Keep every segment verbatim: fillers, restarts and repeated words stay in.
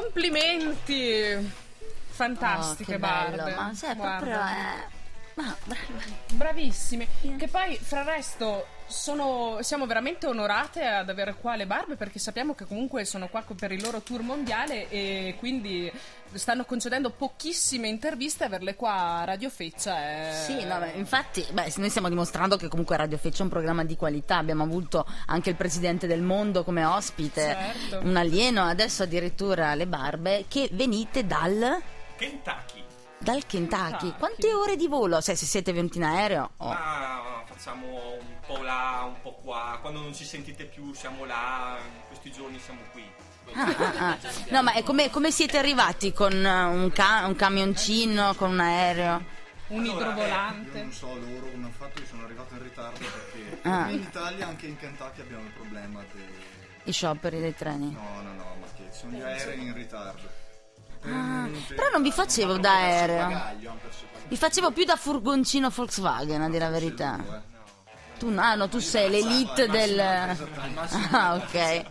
complimenti. Fantastiche oh, bello, barbe. ma sai, proprio eh... Ma, bravissime. Yeah. Che poi, fra il resto, sono, siamo veramente onorate ad avere qua le barbe, perché sappiamo che comunque sono qua per il loro tour mondiale e quindi stanno concedendo pochissime interviste. Averle qua a Radio Feccia è... Sì, no, beh, infatti beh, noi stiamo dimostrando che comunque Radio Feccia è un programma di qualità. Abbiamo avuto anche il presidente del mondo come ospite, certo. Un alieno, adesso addirittura le barbe. Che venite dal... Kentucky. Dal Kentucky. Kentucky. Quante ore di volo? Se, se siete venuti in aereo? Oh. Ah, facciamo un po' là, un po' qua. Quando non ci sentite più siamo là. In questi giorni siamo qui. Ah, ah, ah. No, ma come, come siete arrivati? Con un, ca- un camioncino, con un aereo? Un allora, idrovolante? Io non so loro come hanno fatto, io sono arrivato in ritardo perché ah. in Italia, anche in Kentucky abbiamo il problema dei... I scioperi dei treni? No, no, no, ma che sono gli aerei in ritardo. Ah, però non vi facevo da aereo, vi facevo più da furgoncino Volkswagen, a dire la verità. Tu no, ah, no, tu sei l'elite del... Ah, ok.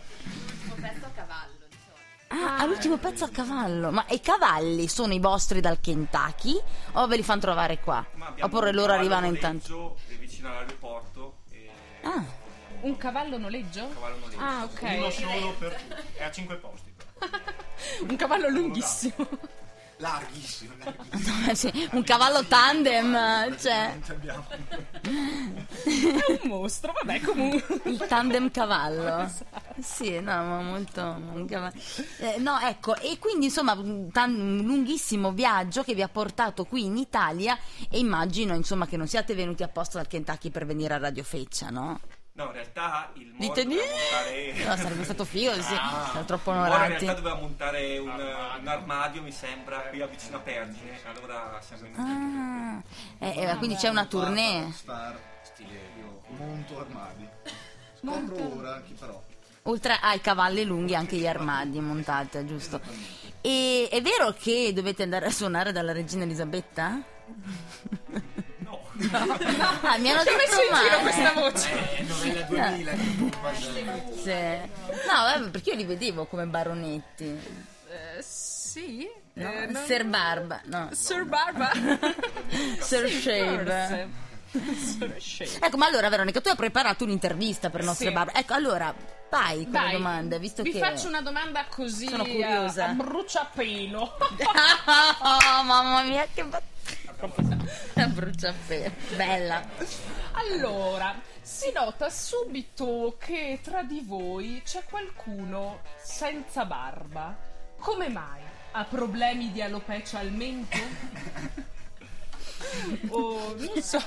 Ah, l'ultimo pezzo a cavallo. Ma i cavalli sono i vostri dal Kentucky o ve li fanno trovare qua? Oppure loro arrivano intanto? Vicino all'aeroporto. E... Ah. Un cavallo noleggio? Un cavallo noleggio. Ah, ok. Uno solo per tutti. È a cinque posti. Un cavallo lunghissimo. Larghissimo, larghissimo. No, sì, un cavallo tandem, cioè. È un mostro, vabbè, comunque. Il tandem cavallo. Sì, no, ma molto un cavallo. Eh, no, ecco, e quindi insomma un, tan- un lunghissimo viaggio che vi ha portato qui in Italia, e immagino insomma che non siate venuti apposta dal Kentucky per venire a Radio Feccia, no? No, in realtà il Moro Dite doveva montare... No, sarebbe stato figo, sì, ah, siamo troppo onorati. onorati. In realtà doveva montare un armadio, un armadio mi sembra, qui a vicino a Pergine, allora siamo in... Ah, eh, eh, quindi c'è una tournée. Star, stile io monto armadi. Scopro ora chi però. Oltre ai cavalli lunghi anche gli armadi montati, giusto? E è vero che dovete andare a suonare dalla regina Elisabetta? No. Ah, mi hanno detto messo in giro questa voce. Eh, novella duemila. Sì. No, vabbè, perché io li vedevo come baronetti. Uh, sì. No, eh, non... Sir Barba. No. Sir Barba. Sir sì, Shave. Ecco, ma allora Veronica, tu hai preparato un'intervista per nostre sì. Barbe. Ecco, allora vai con Dai, le domande, visto vi che faccio una domanda così sono curiosa. A, a bruciapelo. Oh, mamma mia, che a bruciapelo, bella. Allora, si nota subito che tra di voi c'è qualcuno senza barba. Come mai? Ha problemi di alopecia al mento? Oh, non so.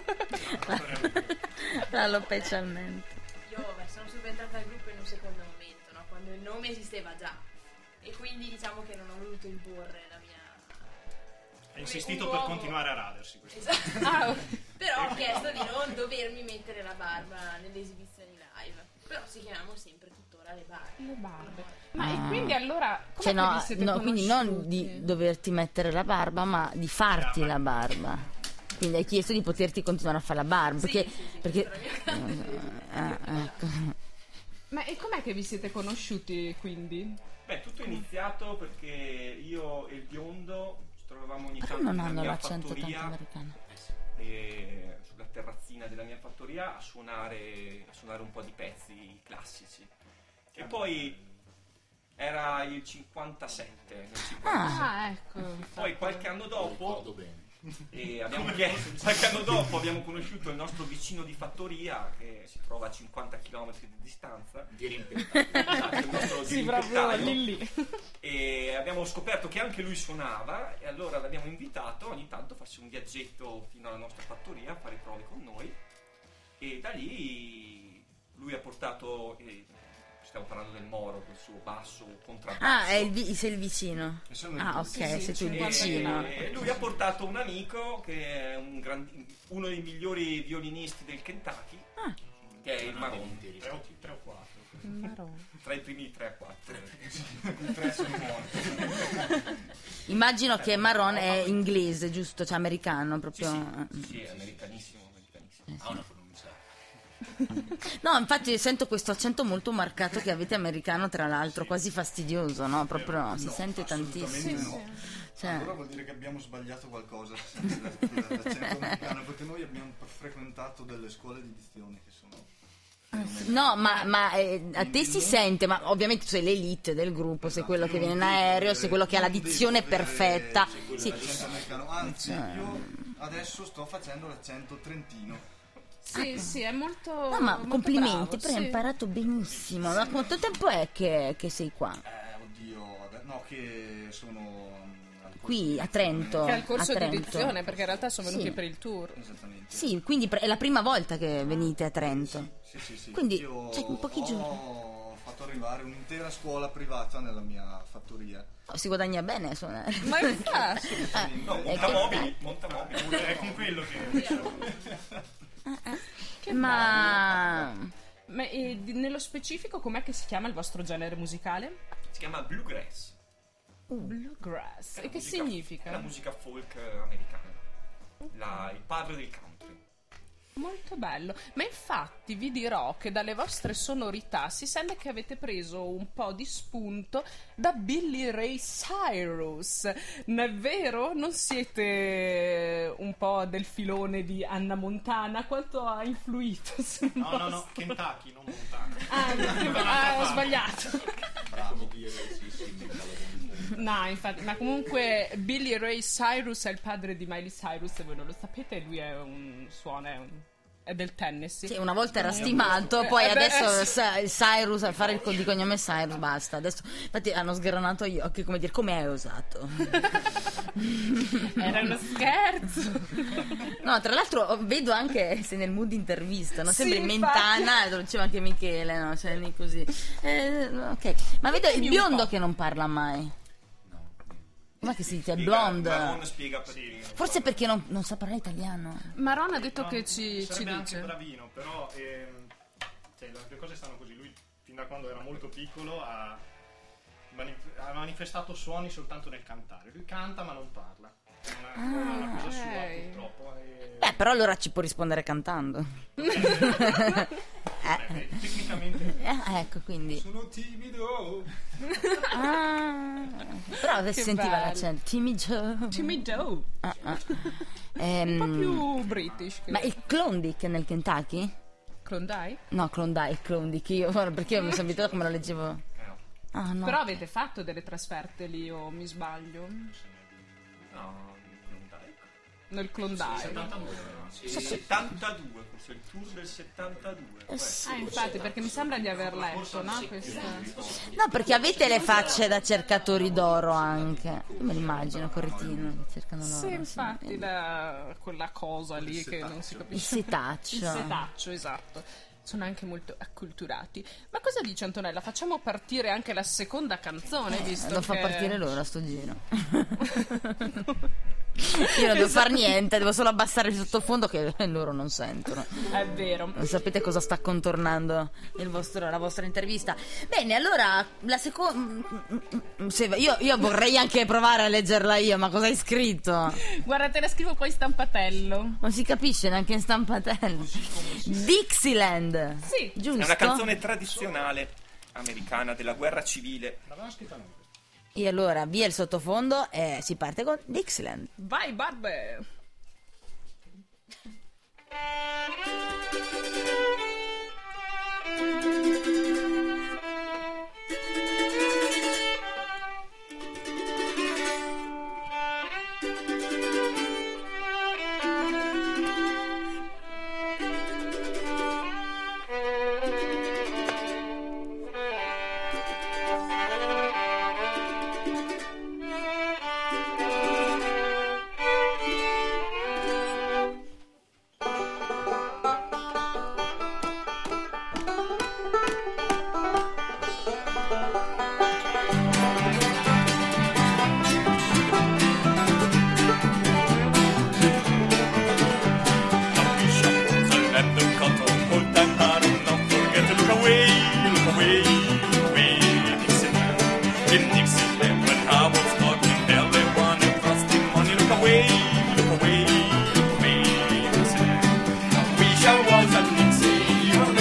L'alopecia al mento. Io vabbè, sono subentrata al gruppo in un secondo momento, no? Quando il nome esisteva già, e quindi diciamo che non ho voluto imporre la mia... Hai insistito per continuare a radersi. Esatto. Ah, però ho chiesto di non dovermi mettere la barba nelle esibizioni live. Però si chiamano sempre tuttora le barbe. Le barbe. Ma ah. e quindi allora come cioè, no, vi siete no, quindi non di doverti mettere la barba, ma di farti la barba. Quindi hai chiesto di poterti continuare a fare la barba, perché, sì, sì, sì, perché... Ah, ecco. Ma e com'è che vi siete conosciuti quindi? Beh, tutto è iniziato perché io e il biondo ci trovavamo ogni Però tanto non hanno nella mia l'accento tanto fattoria, americano. e sulla terrazzina della mia fattoria a suonare, a suonare un po' di pezzi classici. E poi era il cinquantasette, nel cinquantasette. Ah, ecco. Poi qualche anno dopo e abbiamo chiesto, qualche anno dopo abbiamo conosciuto il nostro vicino di fattoria che si trova a cinquanta chilometri di distanza, di rimpettaio, il nostro sì, proprio lì lì. E abbiamo scoperto che anche lui suonava, e allora l'abbiamo invitato ogni tanto a farsi un viaggetto fino alla nostra fattoria a fare prove con noi, e da lì lui ha portato eh, stiamo parlando del Moro, col suo basso contrabbasso. Ah, è il vi- sei il vicino. Ah, ok, sì, sì, sei tu il e, vicino. E lui ha portato un amico che è un gran, uno dei migliori violinisti del Kentucky, ah. che è il Maron. Tre o, tre o quattro. Tra i primi tre a quattro. I tre sono morti. Immagino che Maron è inglese, giusto? Cioè americano proprio. Sì, sì, sì, è americanissimo, americanissimo. Ha una pronuncia No, infatti sento questo accento molto marcato che avete americano, tra l'altro, quasi fastidioso, no? Proprio no, si No, sente assolutamente tantissimo. no. Cioè, Allora vuol dire che abbiamo sbagliato qualcosa l'accento americano, perché noi abbiamo frequentato delle scuole di dizione che sono... no, ma, ma eh, a te si sente, ma ovviamente tu sei l'elite del gruppo, sei quello che viene in aereo, sei quello che ha la dizione perfetta. Sì. L'accento americano, anzi io adesso sto facendo l'accento trentino. Sì, sì, è molto. No, ma molto complimenti, bravo, perché hai sì. imparato benissimo. Da quanto tempo è che, che sei qua? Eh, oddio, ade- no, che sono mm, al corso Qui, di a dizione. Trento. Che è il corso a di Trento. dizione, perché in realtà sono venuti Sì. per il tour. Esattamente. Sì, quindi pre- è la prima volta che venite a Trento. Sì, sì, sì. Quindi, Io cioè, in pochi ho giorni. fatto arrivare un'intera scuola privata nella mia fattoria. Si guadagna bene a suonare. Ma infatti. No, Eh, montamobili, montamobili. È con quello che... Ma Ma eh, di- nello specifico, com'è che si chiama il vostro genere musicale? Si chiama Bluegrass. Bluegrass. È E la che musica- significa? È la musica folk eh, americana. La- il padre del country. Molto bello, ma infatti vi dirò che dalle vostre sonorità si sente che avete preso un po' di spunto da Billy Ray Cyrus. Non è vero? Non siete un po' del filone di Anna Montana? Quanto ha influito sul No, no, no, vostro- Kentucky, non Montana. Ah, ah, ho sbagliato. Bravo. No, infatti, ma comunque Billy Ray Cyrus è il padre di Miley Cyrus, e voi non lo sapete, lui è un suona, è, un, è del Tennessee. sì, una volta era stimato, poi Eh, beh, adesso eh, Sa- il Cyrus a fare il co- di cognome Cyrus basta. Adesso infatti hanno sgranato gli occhi, come dire, come hai osato? Era uno scherzo. No, tra l'altro vedo anche se nel mood intervista, no? Sembri Sì, Mentana, lo diceva anche Michele, no? Cioè, lì così. Eh, ok, ma vedo il Dimmi un biondo po'. che non parla mai. Com'è che si dice? Spiega- Blonde. Marone spiega perché. Forse perché non, non sa parlare italiano. Maron ha detto No, che ci, ci sarebbe anche dice. bravino, però ehm, cioè, le cose stanno così. Lui, fin da quando era molto piccolo, ha, manif- ha manifestato suoni soltanto nel cantare. Lui canta ma non parla. È una, è una cosa sua, ok. purtroppo. E... Beh, però allora ci può rispondere cantando. Beh, eh. tecnicamente Eh, ecco, quindi. Sono timido. Ah, però Che sentiva bello. l'accento. Timmy Joe. Jimmy Joe. Ah, ah. Un po' Ehm, più british. ma il Klondike nel Kentucky? Klondike? No, Klondike, Klondike. Io, perché io mi sono abituata come lo leggevo. Eh, no. Ah, no. Però avete fatto delle trasferte lì, o mi sbaglio? No, Klondike. Nel Klondike. settantadue. Sì, settantadue, forse il tour del settantadue. può essere. Ah, infatti, perché mi sembra di aver letto, no? Questa... No, perché avete le facce da cercatori d'oro anche. Io me l'immagino, Corretino, cercano l'oro. Sì, infatti, la- quella cosa lì che non si Il capisce. setaccio. Il setaccio, esatto. Sono anche molto acculturati. Ma cosa dice Antonella? Facciamo partire anche la seconda canzone, visto Lo che... fa partire loro a sto giro. Io non devo fare niente, devo solo abbassare il sottofondo che loro non sentono. È vero. Non sapete cosa sta contornando il vostro- la vostra intervista. Bene, allora la seconda. Io, io vorrei anche provare a leggerla io, ma cosa hai scritto? Guarda, te la scrivo poi in stampatello. Non si capisce neanche in stampatello. Dixieland. Sì. Giusto? È una canzone tradizionale americana della guerra civile. L'avevamo scritta noi. E allora via il sottofondo e si parte con Dixieland. Vai, Barbe. We shall waltz at Dixie,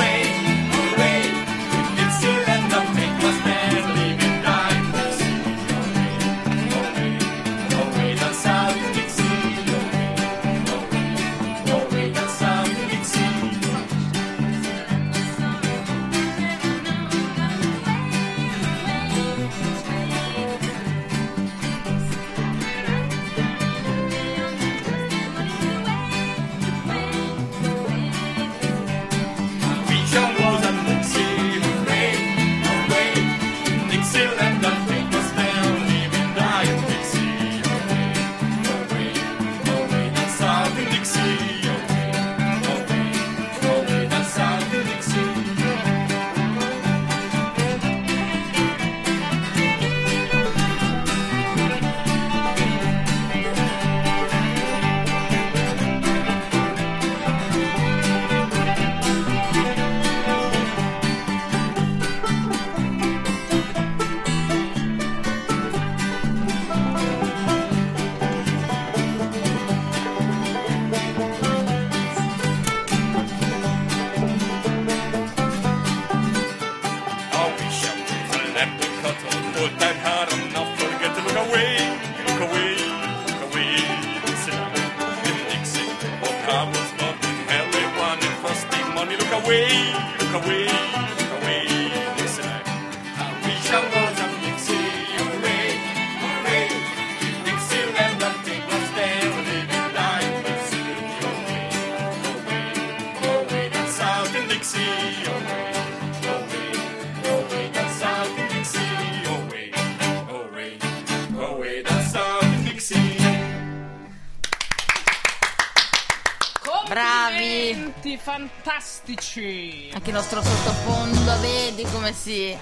bravi. Complimenti, fantastici. Anche il nostro sottofondo, vedi come si...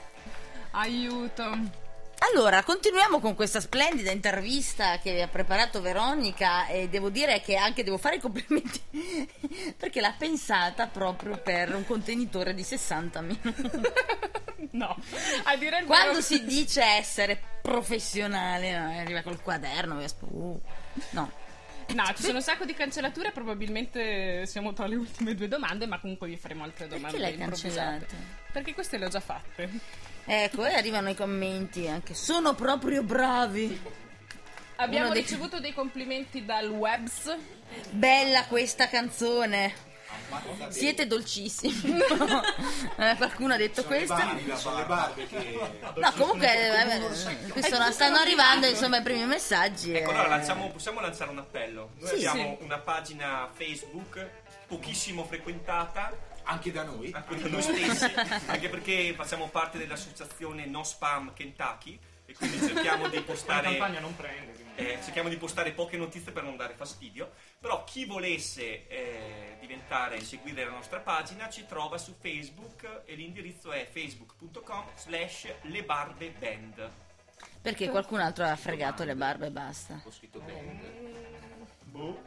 Aiuto. Allora, continuiamo con questa splendida intervista che ha preparato Veronica e devo dire che anche devo fare i complimenti perché l'ha pensata proprio per un contenitore di sessanta minuti. No, a dire il Quando vero... si dice essere professionale, no, arriva col quaderno, uh, no. No, ci sono un sacco di cancellature, probabilmente siamo tra le ultime due domande, ma comunque vi faremo altre domande. Perché l'hai improvvisate. cancellate? Perché queste le ho già fatte. Ecco, e arrivano i commenti anche. Sono proprio bravi. Abbiamo Uno dei- ricevuto dei complimenti dal webs. Bella questa canzone. Siete dolcissimi. Eh, qualcuno ha detto questo. Sono le barbe che... No, comunque eh, qui sono- stanno arrivando insomma i primi messaggi. Ecco, eh. allora lanciamo- possiamo lanciare un appello. Noi Sì, abbiamo una pagina Facebook pochissimo frequentata, Anche da noi. anche da noi stessi, anche perché facciamo parte dell'associazione No Spam Kentucky e quindi cerchiamo di La postare campagna non prende. quindi- eh, cerchiamo di postare poche notizie per non dare fastidio. Però chi volesse eh, diventare seguire la nostra pagina ci trova su Facebook e l'indirizzo è facebook punto com slash le barbe band. Perché qualcun altro ha fregato le barbe e basta. Ho scritto band. Boh.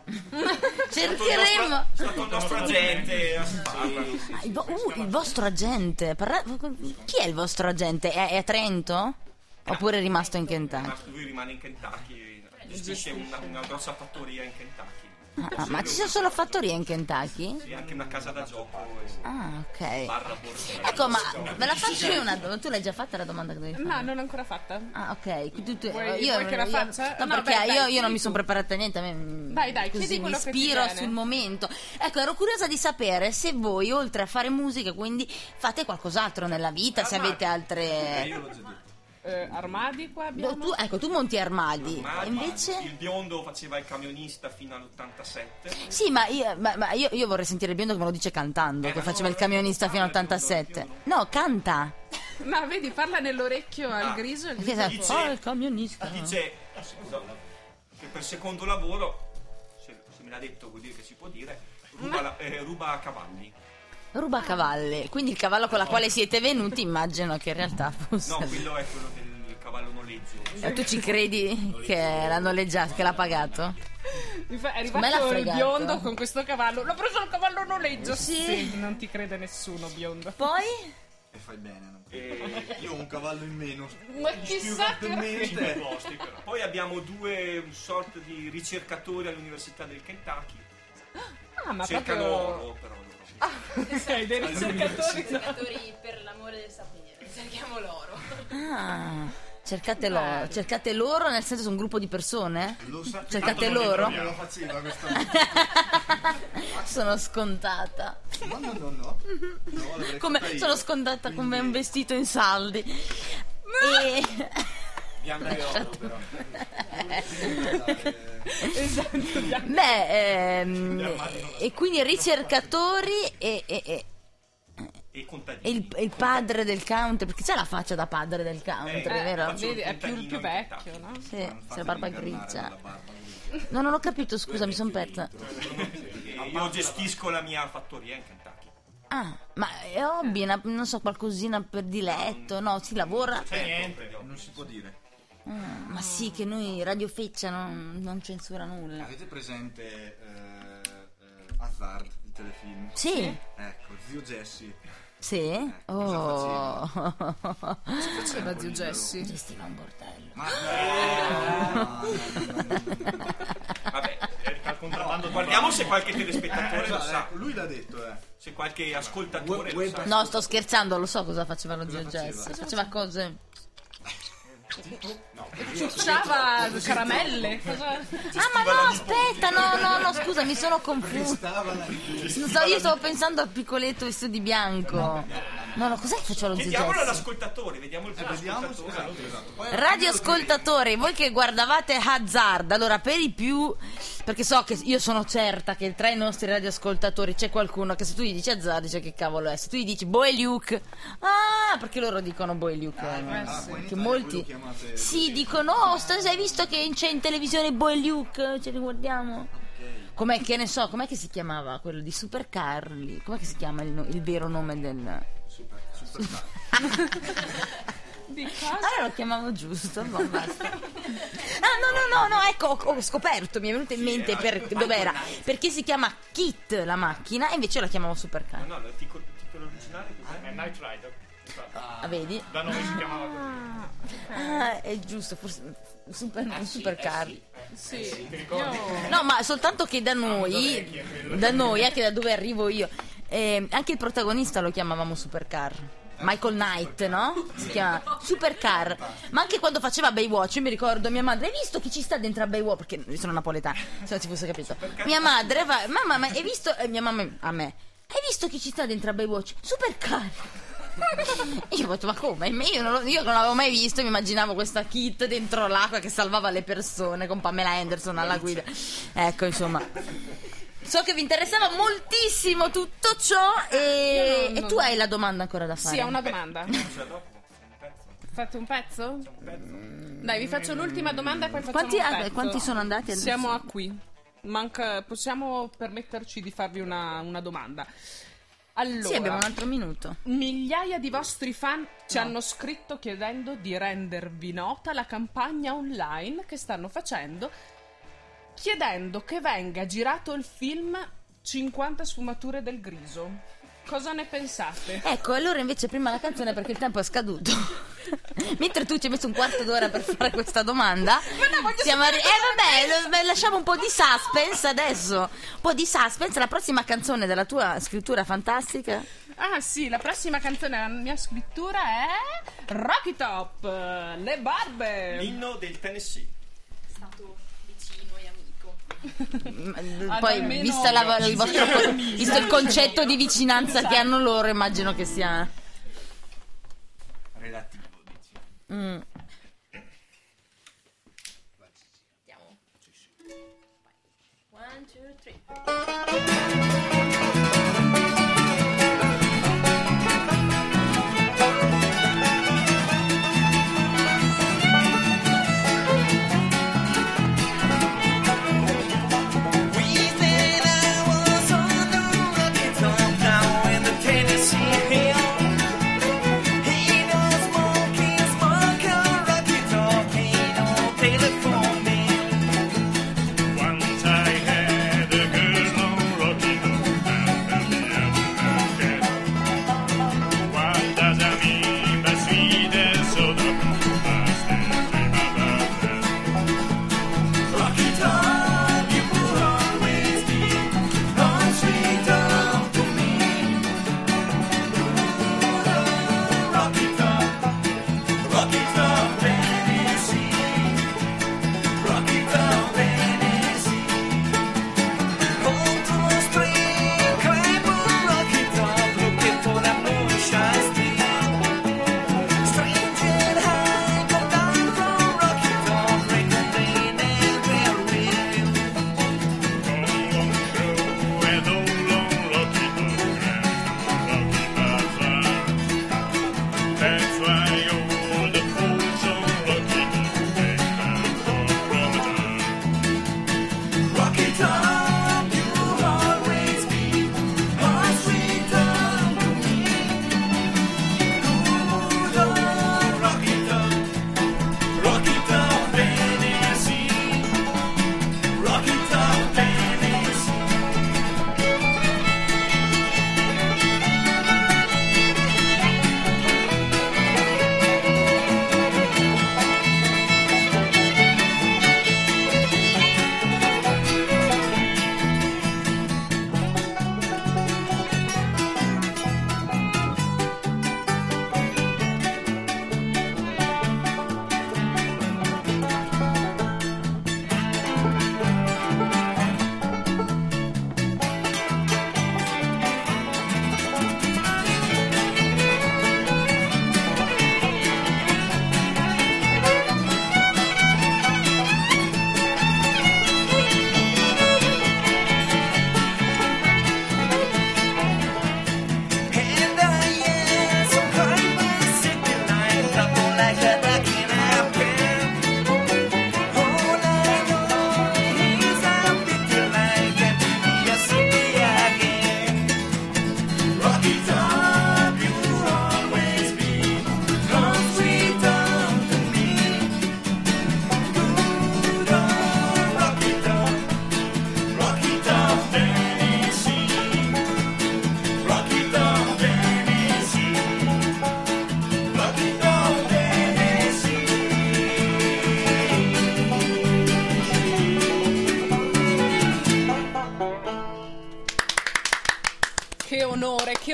Cercheremo. È stato il nostro agente a farla. Ah, il, vo- uh, il vostro agente. Parla- Chi è il vostro agente? È, è a Trento? Oppure è rimasto in Kentucky? Ma lui rimane in Kentucky, gestisce una, una grossa fattoria in Kentucky. Ah, ah, ma ci sono solo fattorie in Kentucky? E anche una casa da gioco e Ah, ok. barra bordello. Ecco, ma me la faccio io una domanda. Tu l'hai già fatta la domanda che devi fare? No, non l'ho ancora fatta. Ah, ok. Tu- tu- Vuoi- io, vuoi che la io- faccia? No, No, perché dai, dai, io, io chiedi non mi tu. sono preparata niente. A me, Dai, dai, così chiedi mi quello che ti ispiro viene. sul momento. Ecco, ero curiosa di sapere se voi, oltre a fare musica, quindi fate qualcos'altro nella vita, se avete Eh, altre. io l'ho già detto. Eh, armadi qua abbiamo. Tu, ecco, tu monti armadi. Ma E invece. il biondo faceva il camionista fino all'ottantasette. Sì, ma, io, ma- ma io, io vorrei sentire il biondo che me lo dice cantando, Eh, che ma faceva no, il camionista no, fino no, all'ottantasette. no, No, canta. Ma vedi, parla nell'orecchio al Ah. griso. il Perché griso sai, dice- oh, il camionista. Dice scusa, che per secondo lavoro, se, se me l'ha detto vuol dire che si può dire, ruba, la- eh, ruba cavalli. Ruba cavalli. Quindi il cavallo con la quale siete venuti, immagino che in realtà fosse. No, quello è quello del cavallo noleggio. E tu ci credi che l'ha noleggiato, che l'ha pagato? Mi fa- È Come l'ha arrivato il fregato? biondo con questo cavallo. L'ho preso il cavallo noleggio. Sì. Non ti crede nessuno, biondo. Poi? E fai bene, no? E Io ho un cavallo in meno. Ma chissà che... Spiugatamente. Posti, però. poi abbiamo due un sorta di ricercatori all'università del Kentucky. Ah, ma Cercano proprio... oro però loro. Ok, dei ricercatori. Giocatori per l'amore del sapere. Cerchiamo l'oro. Ah. Cercate loro, cercate loro nel senso un gruppo di persone? Lo sa- Cercate Tanto non loro? ne Non lo faceva questa Sono scontata. No, no, no, no. No, l'avrei Come, fatta io. sono scontata come un vestito in saldi. E... Bianco e oro, però. Esatto, Beh, ehm, e quindi ricercatori e, e- e- E e contadini. il, e il padre del country, perché c'è la faccia da padre del country, Eh, vero? faccio- Vedi, è più, contadino più in vecchio, Kentucky. no? Sì, Non c'è la barba fatemi ingannare grigia. dalla barba grigia. No, non ho capito, scusa, mi sono persa. E io gestisco la mia fattoria in Kentucky. Ah, ma è hobby, una- non so, qualcosina per diletto, no, si lavora. C'è niente. Non si può dire. Ah, ma sì, che noi Radio Feccia non, non censura nulla. Avete presente eh, eh, Hazard, il telefilm? Sì, Ecco, zio Jesse. sì. Oh, Faceva zio Jesse. gestiva un bordello. Ma no, no, no, no, no. Vabbè, Al contrabbando di guardiamo barba. se qualche telespettatore lo Esatto, sa, ecco, lui l'ha detto, eh. se qualche ascoltatore lo Web- sa. No, sto scherzando, lo so cosa faceva lo Cosa zio faceva? Jess. Faceva cose. Ciucciava caramelle. Cosa... Ah, ma no, aspetta, no, no, no, scusa, mi sono confusa. Stava la... Non so, io stavo pensando al piccoletto vestito di bianco. No, no, cos'è che faceva lo zio Chiediamolo Jess? all'ascoltatore, vediamo il primo Vediamo, ascoltatore. esatto, esatto. Poi Radioascoltatori, voi che guardavate Hazard, allora per i più, perché so che io sono certa che tra i nostri radioascoltatori c'è qualcuno che se tu gli dici Hazard dice che cavolo è, se tu gli dici Boy Luke, ah, perché loro dicono Boy Luke, eh, Ah, no? qua in Italia che voi molti lo chiamate- sì dicono, oh, sta- hai visto che c'è in televisione Boy Luke, ce li guardiamo? Ok. Com'è che ne so, com'è che si chiamava quello di Supercar? lì? Com'è che si chiama il, no- il vero nome del. Di cosa? Allora lo chiamavo giusto, boh, basta. Ah, no, no, no, no, ecco, ho, ho scoperto, mi è venuto in mente per dov'era. Perché si chiama Kit la macchina e invece io la chiamavo Supercar. No, no, il titolo titolo originale cos'è? È Knight Rider. infatti. Ah, vedi? Da noi si chiamava così. Ah, è giusto, forse super, un supercar. Sì. Ti ricordi? Io- No, ma soltanto che da noi, da noi, anche da dove arrivo io, eh, anche il protagonista lo chiamavamo Supercar. Michael Knight, no? Si chiama Supercar. Ma anche quando faceva Baywatch, io mi ricordo mia madre, hai visto chi ci sta dentro a Baywatch? Perché io sono napoletana, se non si fosse capito. Mia madre fa, mamma, ma hai visto, e mia mamma a me, hai visto chi ci sta dentro a Baywatch? Supercar. Io ho detto, ma come? Io non, lo- io non l'avevo mai visto, mi immaginavo questa Kit dentro l'acqua che salvava le persone con Pamela Anderson alla guida. Ecco, insomma. So che vi interessava moltissimo tutto ciò e, Io non- e tu hai la domanda ancora da fare. Sì, ho una domanda. Cioè, dopo, un pezzo. Fate un pezzo? Un pezzo. Dai, vi faccio l'ultima domanda e poi facciamo Quanti, un ah, pezzo. quanti sono andati adesso? Siamo a qui. Manca, possiamo permetterci di farvi una, una domanda. Allora, Sì, abbiamo un altro minuto. migliaia di vostri fan ci hanno scritto chiedendo di rendervi nota la campagna online che stanno facendo, chiedendo che venga girato il film cinquanta sfumature del griso. Cosa ne pensate? Ecco, allora invece prima la canzone perché il tempo è scaduto. Mentre tu ci hai messo un quarto d'ora per fare questa domanda. Siamo arri- eh vabbè, lo- beh, lasciamo un po' di suspense adesso. Un po' di suspense, la prossima canzone della tua scrittura fantastica. Ah sì, la prossima canzone della mia scrittura è Rocky Top, le barbe. L'inno del Tennessee. È stato vicino e amico. Poi almeno vista la, il vostro co- visto il concetto di vicinanza che hanno loro, immagino che sia Relativo, dici. mm. Andiamo. One, two, three. Once I had a girl on Rocky Top.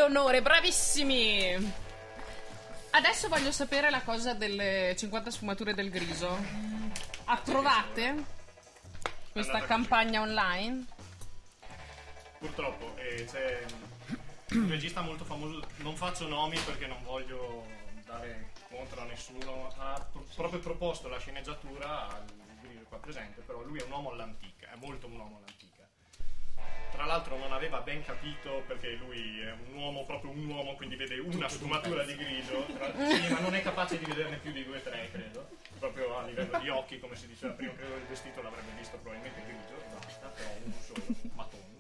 onore, bravissimi! Adesso voglio sapere la cosa delle cinquanta sfumature del griso. Approvate questa campagna online? Purtroppo eh, c'è un regista molto famoso, non faccio nomi perché non voglio dare contro a nessuno, ha pro- proprio proposto la sceneggiatura al griso qua presente, però lui è un uomo all'antica, è molto un uomo all'antica. Tra l'altro non aveva ben capito, perché lui è un uomo, proprio un uomo, quindi vede una sfumatura di grigio, tra- sì, ma non è capace di vederne più di due o tre, credo. Proprio a livello di occhi, come si diceva prima, credo il vestito l'avrebbe visto probabilmente grigio e basta, però uno solo, matone.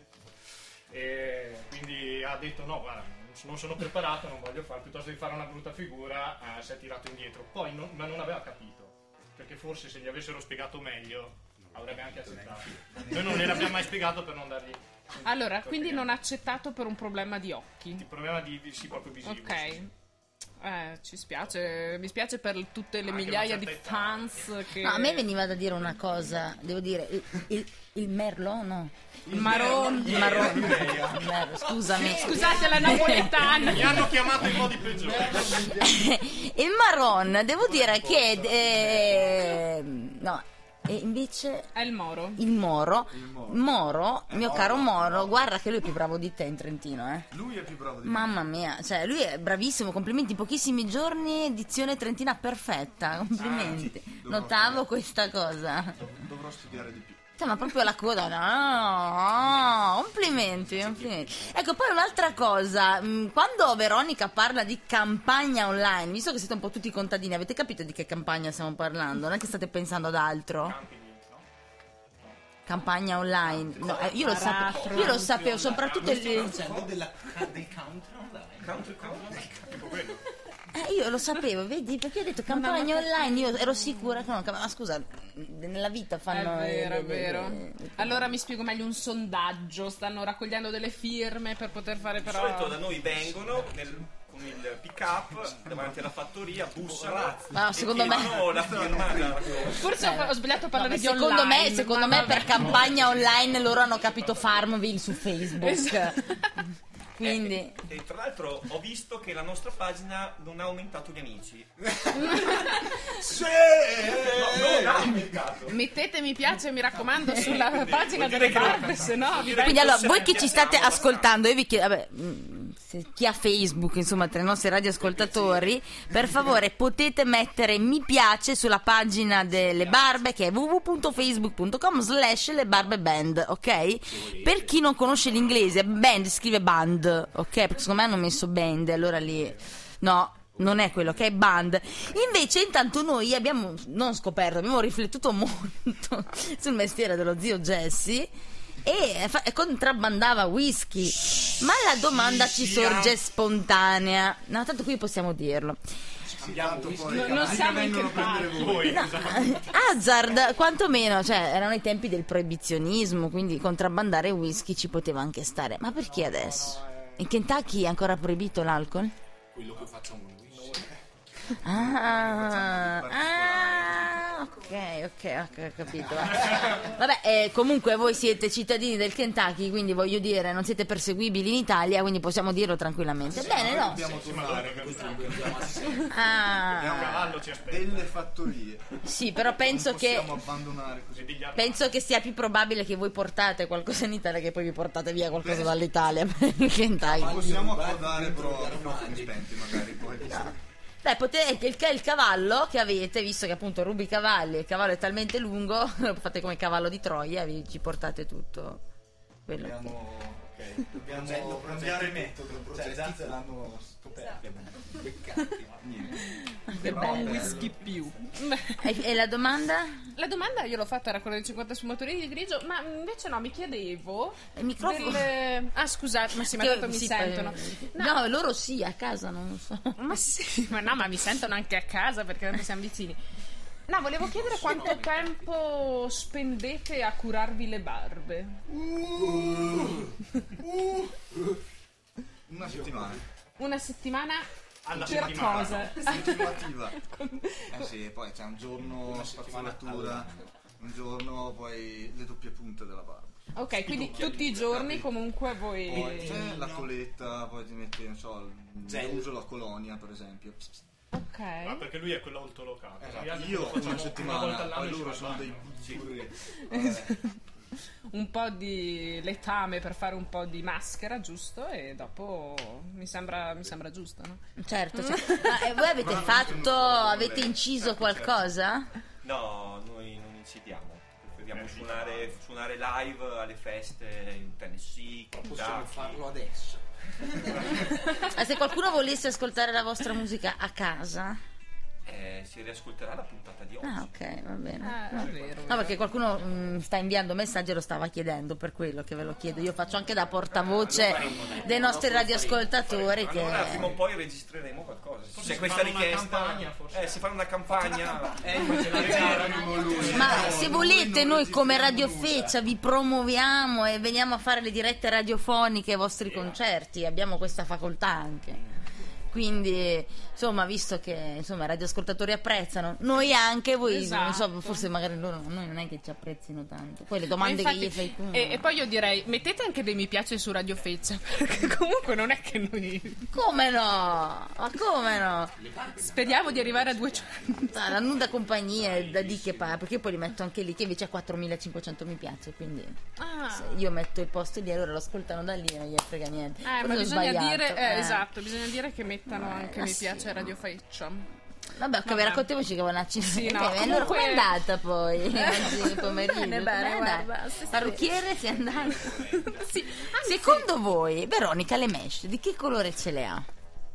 E quindi ha detto no, guarda, non sono preparato, non voglio fare, piuttosto di fare una brutta figura, eh, si è tirato indietro. Poi non, ma non aveva capito, perché forse se gli avessero spiegato meglio avrebbe anche accettato. Noi non gliel'abbiamo mai spiegato per non dargli. Allora, quindi non ha accettato per un problema di occhi. Il problema di, di sì, proprio visivo. Ok. Sì. Eh, ci spiace, mi spiace per tutte le Anche migliaia una di certa fans che... No, a me veniva da dire una cosa, devo dire, il, il, il merlo, no? Il Maron. Il marron. Il merlo, scusami. Scusate la napoletana. Mi hanno chiamato in modi peggiori. Il marron, devo dire che... eh, no, e invece... È il Moro. Il Moro, Il Moro. Moro, mio Moro. caro Moro, guarda che lui è più bravo di te in Trentino, eh. Lui è più bravo di me. Mamma mia, cioè lui è bravissimo, complimenti, pochissimi giorni, edizione trentina perfetta, complimenti. Ah, sì, dovrò Notavo studiare. questa cosa. Dovrò studiare di più. Cioè, ma proprio la coda, no, complimenti, complimenti. Ecco, poi un'altra cosa, mh, quando Veronica parla di campagna online, visto che siete un po' tutti contadini, avete capito di che campagna stiamo parlando? Non è che state pensando ad altro? Campi di- no? Campagna online, no, eh, io lo sapevo, io lo sapevo, soprattutto il... dicendo della, del country online. Country country. Tipo quello. Eh, io lo sapevo, vedi? Perché io ho detto campagna online, io ero sicura che non... Ma scusa, nella vita È fanno... vero, eh, è vero. eh, eh, Allora mi spiego meglio un sondaggio. Stanno raccogliendo delle firme per poter fare Di però... solito da noi vengono nel- con il pick up davanti alla fattoria, bussano Ma e secondo me- chiedono la firma da- Forse ho, ho sbagliato a parlare no, di ma secondo online. me, secondo ma me vabbè. per campagna online loro hanno capito Farmville su Facebook. Esatto. Quindi... E, e tra l'altro ho visto che la nostra pagina non ha aumentato gli amici. Sì! No, non ha aumentato. Mettete mi piace, mi raccomando, sulla pagina vuol dire delle che non- barbe, se no vi Quindi allora, voi che Piacciamo, ci state abbastanza. ascoltando, io vi chiedo, vabbè, mh, se- chi ha Facebook, insomma, tra i nostri radioascoltatori, per favore potete mettere mi piace sulla pagina delle barbe, che è w w w punto facebook punto com slash le barbe band, ok? Per chi non conosce l'inglese, band scrive band, ok? Perché secondo me hanno messo band, allora lì... No, non è quello, che è band. Invece intanto noi abbiamo non scoperto, abbiamo riflettuto molto sul mestiere dello zio Jesse e fa- e contrabbandava whisky. Ma la domanda ci sorge spontanea. No, tanto qui possiamo dirlo. Sì, tanto poi Non- i non cavalli siamo che vengono a incriminati. prendere voi. Voi, No, esatto. Hazard, quantomeno, cioè, erano i tempi del proibizionismo, quindi contrabbandare whisky ci poteva anche stare. Ma perché adesso? In Kentucky è ancora proibito l'alcol? Quello che facciamo noi. Ah, ah, ok, ok, ok, ho capito. Vabbè, eh, comunque voi siete cittadini del Kentucky, quindi voglio dire, non siete perseguibili in Italia, quindi possiamo dirlo tranquillamente. Bene, Noi no? dobbiamo tornare Il Ah, cavallo ci aspetta. delle fattorie. sì, però penso Non che possiamo abbandonare così. E degli armadi. penso che sia più probabile che voi portate qualcosa in Italia che poi vi portate via qualcosa dall'Italia per il Kentucky. Possiamo Guardi accordare dentro però gli microfoni armadi. spenti magari poi. Beh, potete, il, il cavallo che avete, visto che appunto rubi i cavalli, il cavallo è talmente lungo, fate come il cavallo di Troia, vi ci portate tutto quello. Dobbiamo, ok, dobbiamo Progetto, cambiare progetto, metodo. cioè, Cioè, già l'hanno scoperto. Beccati. niente. Che buon whisky più. E, e la domanda? La domanda io l'ho fatta, era quella dei cinquanta sfumatori di grigio, ma invece no, mi chiedevo Il microfono? delle... Ah, scusate, ma sì, ma Che- tanto mi sì, sentono. eh, No, No, loro sì, a casa non lo so. ma sì, ma no, ma mi sentono anche a casa perché tanto siamo vicini. No, volevo chiedere quanto tempo spendete a curarvi le barbe. Una settimana. Una settimana Alla per settimana. cosa? Continuativa. Eh sì, poi c'è un giorno spazzolatura, un giorno poi le doppie punte della barba. Ok, quindi occhiali tutti i di giorni Ferrari. comunque voi... Poi c'è la no. coletta, poi ti metti, non so, Gel. uso la colonia per esempio. Ok. Ma perché lui è quello autolocato. Esatto. Noi altri Io lo facciamo una una settimana, volta all'anno poi e ci loro va sono dei bene. burri. Un po' di letame per fare un po' di maschera, giusto? E dopo mi sembra, mi sembra giusto, no? Certo, certo. Ma eh, voi avete Ma- fatto, avete inciso Certo, qualcosa? No, noi non incidiamo. Preferiamo suonare, suonare live alle feste in Tennessee, Possiamo Kentucky. farlo adesso. Ma se qualcuno volesse ascoltare la vostra musica a casa? Eh, si riascolterà la puntata di oggi. Ah, ok, va bene. Ah, è vero. No, perché qualcuno mh, sta inviando messaggi e lo stava chiedendo, per quello che ve lo chiedo. Io faccio anche da portavoce dei nostri radioascoltatori che... Allora prima o poi registreremo qualcosa. Se Forse c'è si questa fanno una richiesta, campagna, forse. eh, si fa una campagna. Eh, immaginate. Ma se volete noi come Radio Feccia vi promuoviamo e veniamo a fare le dirette radiofoniche ai vostri concerti, abbiamo questa facoltà anche. Quindi, insomma, visto che insomma, i radioascoltatori apprezzano, noi anche, voi non so, Esatto. forse magari loro noi non è che ci apprezzino tanto. Poi le Ma domande infatti- che gli fai tu. e, e poi io direi, mettete anche dei mi piace su Radio Feccia, perché comunque non è che noi... Come no? Ma come no? Speriamo di arrivare a duecento. Ah, la nuda compagnia è da di che parla, perché io poi li metto anche lì, che invece ha quattromilacinquecento mi piace, quindi Ah. se io metto il post lì, allora lo ascoltano da lì e non gli frega niente. Eh, Forse ma ho bisogna sbagliato, dire, eh, eh. esatto, bisogna dire che mettano anche ma mi sì. piace a Radio Feccia. Vabbè, che Vabbè. raccontiamoci che vanno a cinema. Sì, no, allora comunque- com'è andata poi? Oggi pomeriggio? Bene, bene, Com'è guarda, andata? sì, sì. Parrucchiere si è andato? Sì. Anzi, Secondo voi, Veronica, le mesh di che colore ce le ha?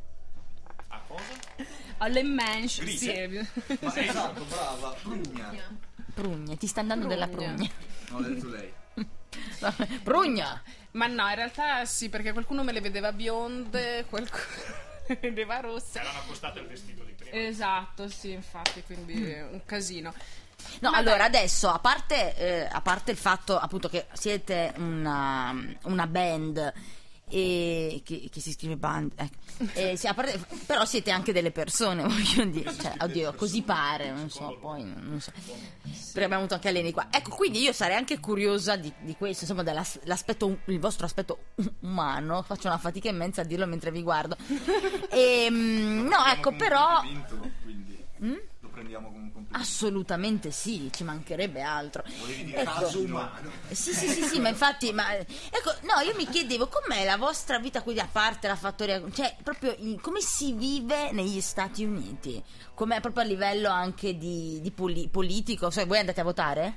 A cosa? alle manche, Grigie. sì. Ma esatto, brava, prugna. Prugne, ti sta andando della Prugna. prugna. No, l'ha detto lei. Prugna! Ma no, in realtà sì, perché qualcuno me le vedeva bionde, qualcuno le vedeva rosse. Erano accostato il vestito di prima. Esatto, sì, infatti, quindi è un casino. No, Ma allora dai. adesso, a parte, eh, a parte il fatto appunto che siete una, una band e che, che si scrive band, ecco. E si- a parte- però siete anche delle persone, voglio dire, cioè, oddio, così pare, non so, poi non so. Perché abbiamo avuto anche Eleni qua. Ecco, quindi io sarei anche curiosa di, di questo, insomma, dell'aspetto, il vostro aspetto umano. Faccio una fatica immensa a dirlo mentre vi guardo. E, mm, no, ecco, Come un però complimento, quindi Mm? lo prendiamo come un complimento. assolutamente sì, ci mancherebbe altro. Volevi dire Ecco. caso umano. Sì, sì, sì, sì, ma infatti, ma ecco, no, io mi chiedevo com'è la vostra vita qui, a parte la fattoria, cioè proprio il- come si vive negli Stati Uniti, com'è proprio a livello anche di, di poli- politico, cioè voi andate a votare?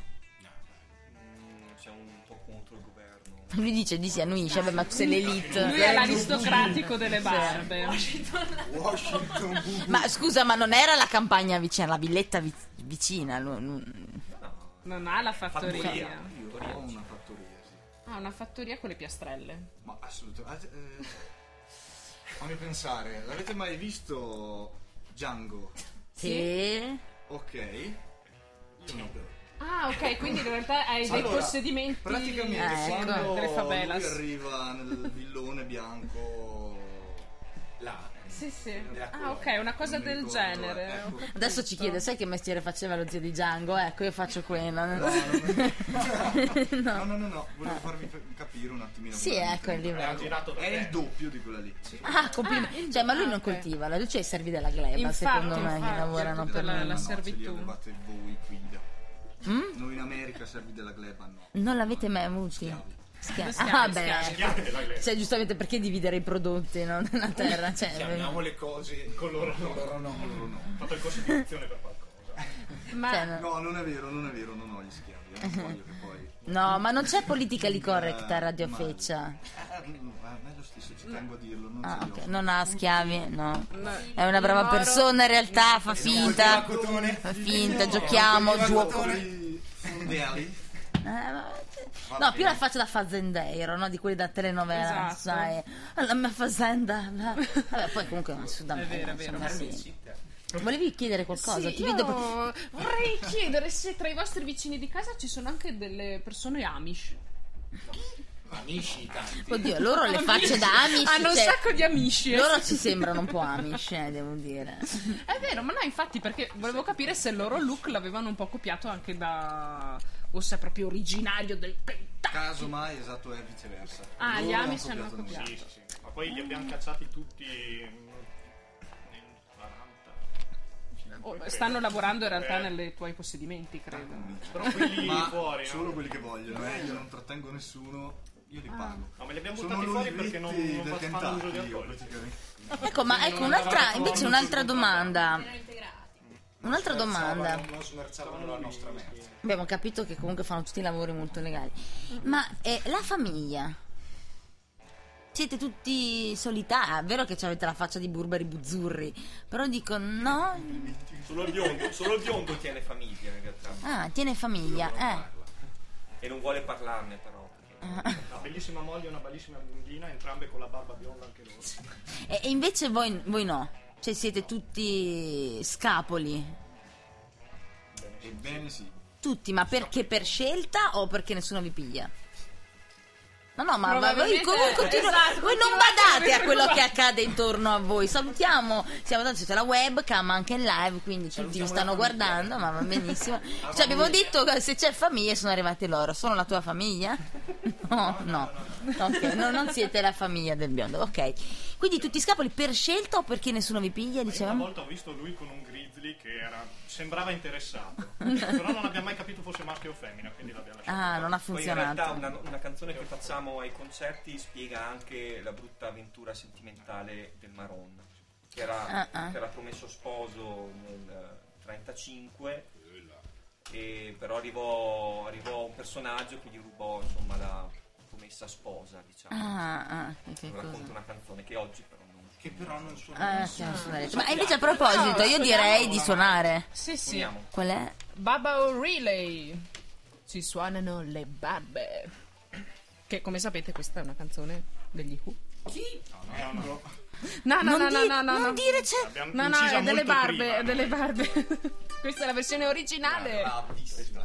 Mm, siamo un po' contro il governo. Lui dice di sì, annuisce, vabbè, ma tu sei l'elite. Lui è l'aristocratico delle barbe. Washington. Ma scusa, ma non era la campagna vicina, la villetta vi- vicina? lu- lu- Non ha la fattoria. Fattoria. Io ho una fattoria, sì. Ha una fattoria con le piastrelle. Ma assolutamente. eh, fammi pensare, l'avete mai visto Django? Sì? Ok. Io no. Ah, ok, quindi in realtà hai dei Allora, possedimenti praticamente Eh, ecco. quando delle lui favelas. arriva nel villone bianco Là. Sì, sì. Della Ah, ok, una cosa non mi del ricordo, genere. ecco. Adesso ci chiede, sai che mestiere faceva lo zio di Django? Ecco, io faccio quello. No, no, no, no, no, no, volevo farvi capire un attimino. Sì, come- ecco il Aveva livello. girato da È te. il doppio di quella lì. Ah, complimenti. Ah, Cioè, ma lui ah, non ok. coltiva, lui c'è i servi della gleba, Infatti, secondo me, che infatti. lavorano Tutta per la- lui. la no, servitù. ce li avevate voi qui da- Mm? Noi in America servi della gleba no. Non l'avete mai avuti? Schiavi. Schia- Schiavi, ah, schiavi. beh. Schiavi della gleba. Cioè, giustamente perché dividere i prodotti, no? Nella terra, cioè, Chiamiamo le cose Con loro no. loro no. Loro no. Ho fatto il corso di lezione per qualcosa. Ma cioè, no. No, non è vero, non è vero, non ho gli schiavi. eh, Non voglio che poi. No, ma non c'è politically correct a Radio Ma- Feccia. Eh, mm, a me lo stesso, ci tengo a dirlo. Non Ah, ce li ok. ho. Non ha schiavi, no. no. È una brava Moro- persona in realtà, fa finta. Coltiva cotone. Fa finta, No, giochiamo, coltiva giuoco. cotone. Fondiali. Eh, ma- Va No, bene. più la faccia da fazendeiro, no? Di quelli da telenovela, Esatto. sai. La mia fazenda. bla. Vabbè, poi comunque è Sud È vero, è vero. insomma, sì. Volevi chiedere qualcosa? Sì, Ti io vedo. vorrei chiedere se tra i vostri vicini di casa ci sono anche delle persone Amish. Amici tanti. Oddio, loro le facce da Amish. Hanno un cioè, sacco di amici. eh. loro ci sembrano un po' Amish, eh, devo dire. È vero, ma no, infatti, perché volevo capire se il loro look l'avevano un po' copiato anche da. O se è proprio originario del Kentucky. caso mai, esatto, è viceversa. Ah, gli Loro Amish hanno copiato noi. copiato. Sì, sì, sì. Ma poi li abbiamo cacciati tutti mm, nel quaranta. Oh, stanno lavorando in realtà Eh. nei tuoi possedimenti, credo. Però quelli Ma fuori, no? solo quelli che vogliono, eh? Io non trattengo nessuno, io li pago. No, ma li abbiamo Sono buttati fuori l'Olivetti perché non, non del fa- fanno uso di Kentucky, io, alcol. praticamente. Ecco, ma ecco un'altra, invece un'altra domanda. Erano integrati. Un'altra domanda. Non, non smerzavano la nostra merce. Abbiamo capito che comunque fanno tutti i lavori molto legali. Ma eh, la famiglia? Siete tutti solitari? È vero che avete la faccia di burberi buzzurri, però dico no. Solo il biondo, solo il biondo tiene famiglia in realtà. Ah, tiene famiglia, eh. E non vuole parlarne però. perché- Una bellissima moglie e una bellissima bambina, entrambe con la barba bionda anche loro. E, e invece voi, voi no? Cioè siete tutti scapoli? Ebbene sì. Tutti, ma perché per scelta o perché nessuno vi piglia? No, no, ma, ma voi Probabilmente- comunque continu- esatto, voi non continuate badate a a quello che preoccupare. accade intorno a voi. Salutiamo, siamo tanto siete la webcam anche in live, quindi tutti vi stanno guardando, ma va benissimo. Cioè, abbiamo detto che se c'è famiglia sono arrivati loro. Sono la tua famiglia? No, no. Ok, no, non siete la famiglia del biondo, ok. Quindi tutti scapoli per scelta o perché nessuno vi piglia, Io una dicevamo? volta ho visto lui con un grizzly che era, sembrava interessato, però non abbiamo mai capito fosse maschio o femmina, quindi l'abbiamo lasciato. Ah, non ha Poi in realtà funzionato. una, una canzone che facciamo ai concerti spiega anche la brutta avventura sentimentale del Maron, che era, Ah, ah. che era promesso sposo nel trentacinque, e però arrivò, arrivò un personaggio che gli rubò insomma la promessa sposa, diciamo. Ah, ah, che Racconta cosa? una canzone che oggi però non Che però non suona. Ah, che non suonare. Ma invece a proposito, io direi di suonare. Sì, sì. suoniamo. Qual è? Baba O'Reilly. Si suonano le barbe. Che come sapete questa è una canzone degli Who. No, no, no. No, no, Non no, di- no, no, no, non no. dire c'è. L'abbiamo No, no, incisa è delle molto barbe, prima, è no? delle barbe. Questa è la versione originale. Bravissima.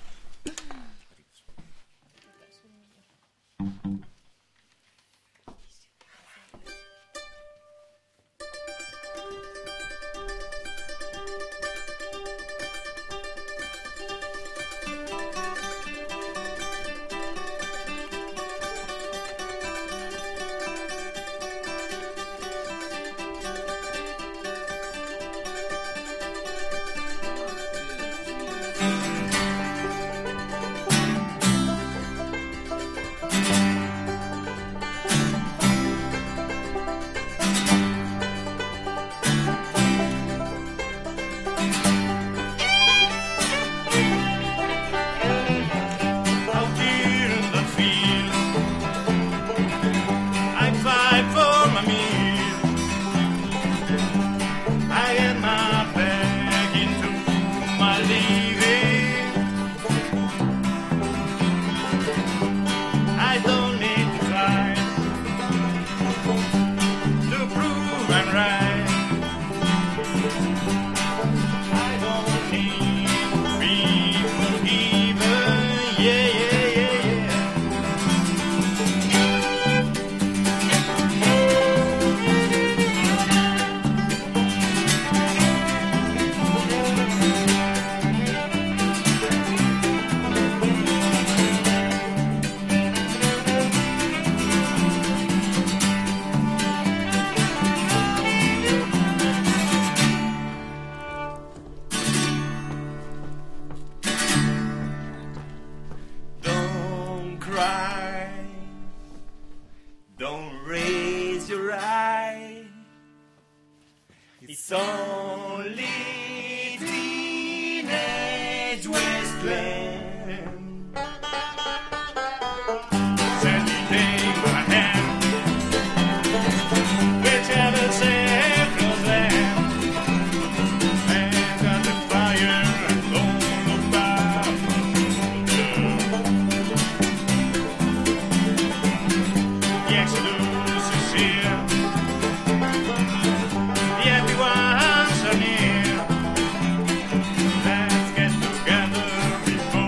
Out here in the field, I fight for my meal. I get my back into my living. I don't need to try to prove I'm right. I don't need to be forgiven. Yeah, yeah, yeah, yeah. Don't cry, don't raise your eye. It's only teenage wasteland. Said you take my hand, whichever sacred land. And got the fire and don't look back. The Exodus is here. The happy ones are near. Let's get together before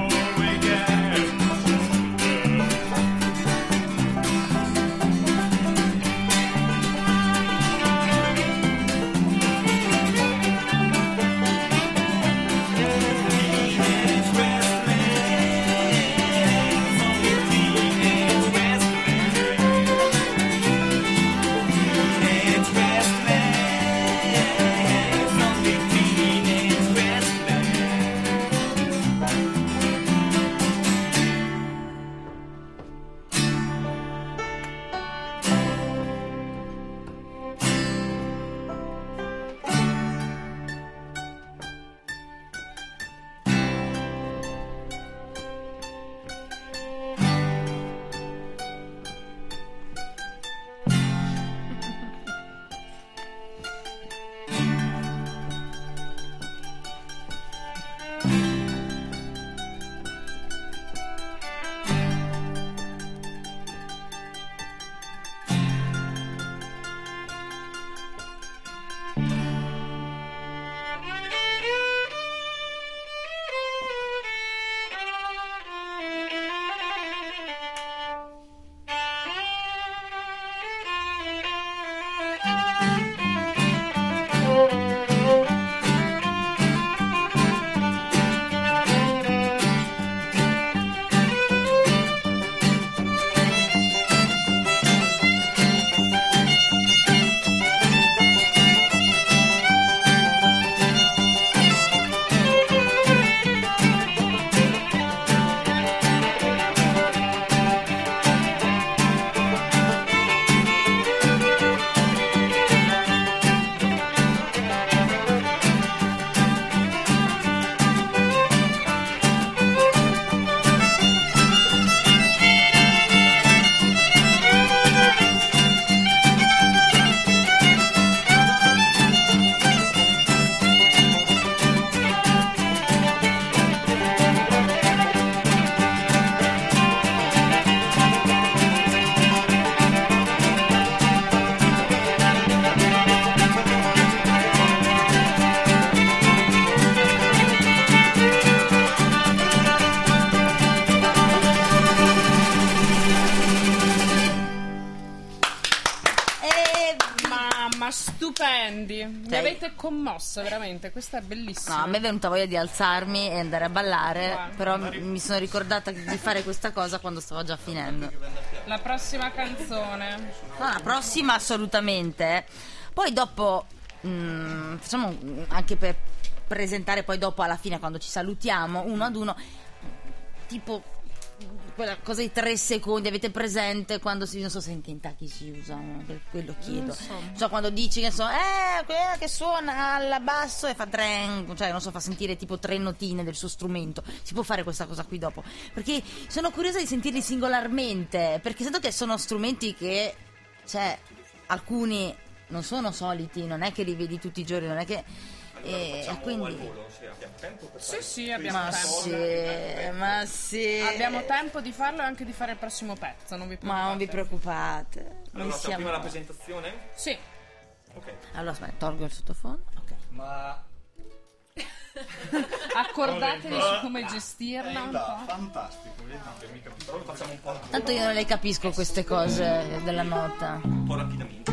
stupendi, mi Cioè- avete commossa veramente, questa è bellissima. No, a me è venuta voglia di alzarmi e andare a ballare, Guarda. però m- mi sono ricordata di fare questa cosa quando stavo già finendo. La prossima canzone. No, la prossima assolutamente. eh. Poi dopo, mm, facciamo mm, anche per presentare poi dopo alla fine quando ci salutiamo uno ad uno, tipo quella cosa di tre secondi, avete presente quando si, non so se in Kentucky si usano, per quello chiedo, so quando dici che so, eh, quella che suona al basso e fa tren, cioè non so, fa sentire tipo tre notine del suo strumento, si può fare questa cosa qui dopo, perché sono curiosa di sentirli singolarmente, perché sento che sono strumenti che, cioè, alcuni non sono soliti, non è che li vedi tutti i giorni, non è che Allora e facciamo quindi al volo, sì, abbiamo tempo per Sì, fare sì, abbiamo ma tempo. sì, ma sì. Abbiamo tempo di farlo e anche di fare il prossimo pezzo, non vi preoccupate. Ma non vi preoccupate. Allora Noi facciamo prima la siamo. presentazione? Sì. Ok. Allora aspetta, tolgo il sottofondo. Ok. Ma Accordatevi su come gestirla un là, po'. fantastico, vedi? Però facciamo un po', Tanto io non le capisco queste cose della nota. un po' rapidamente.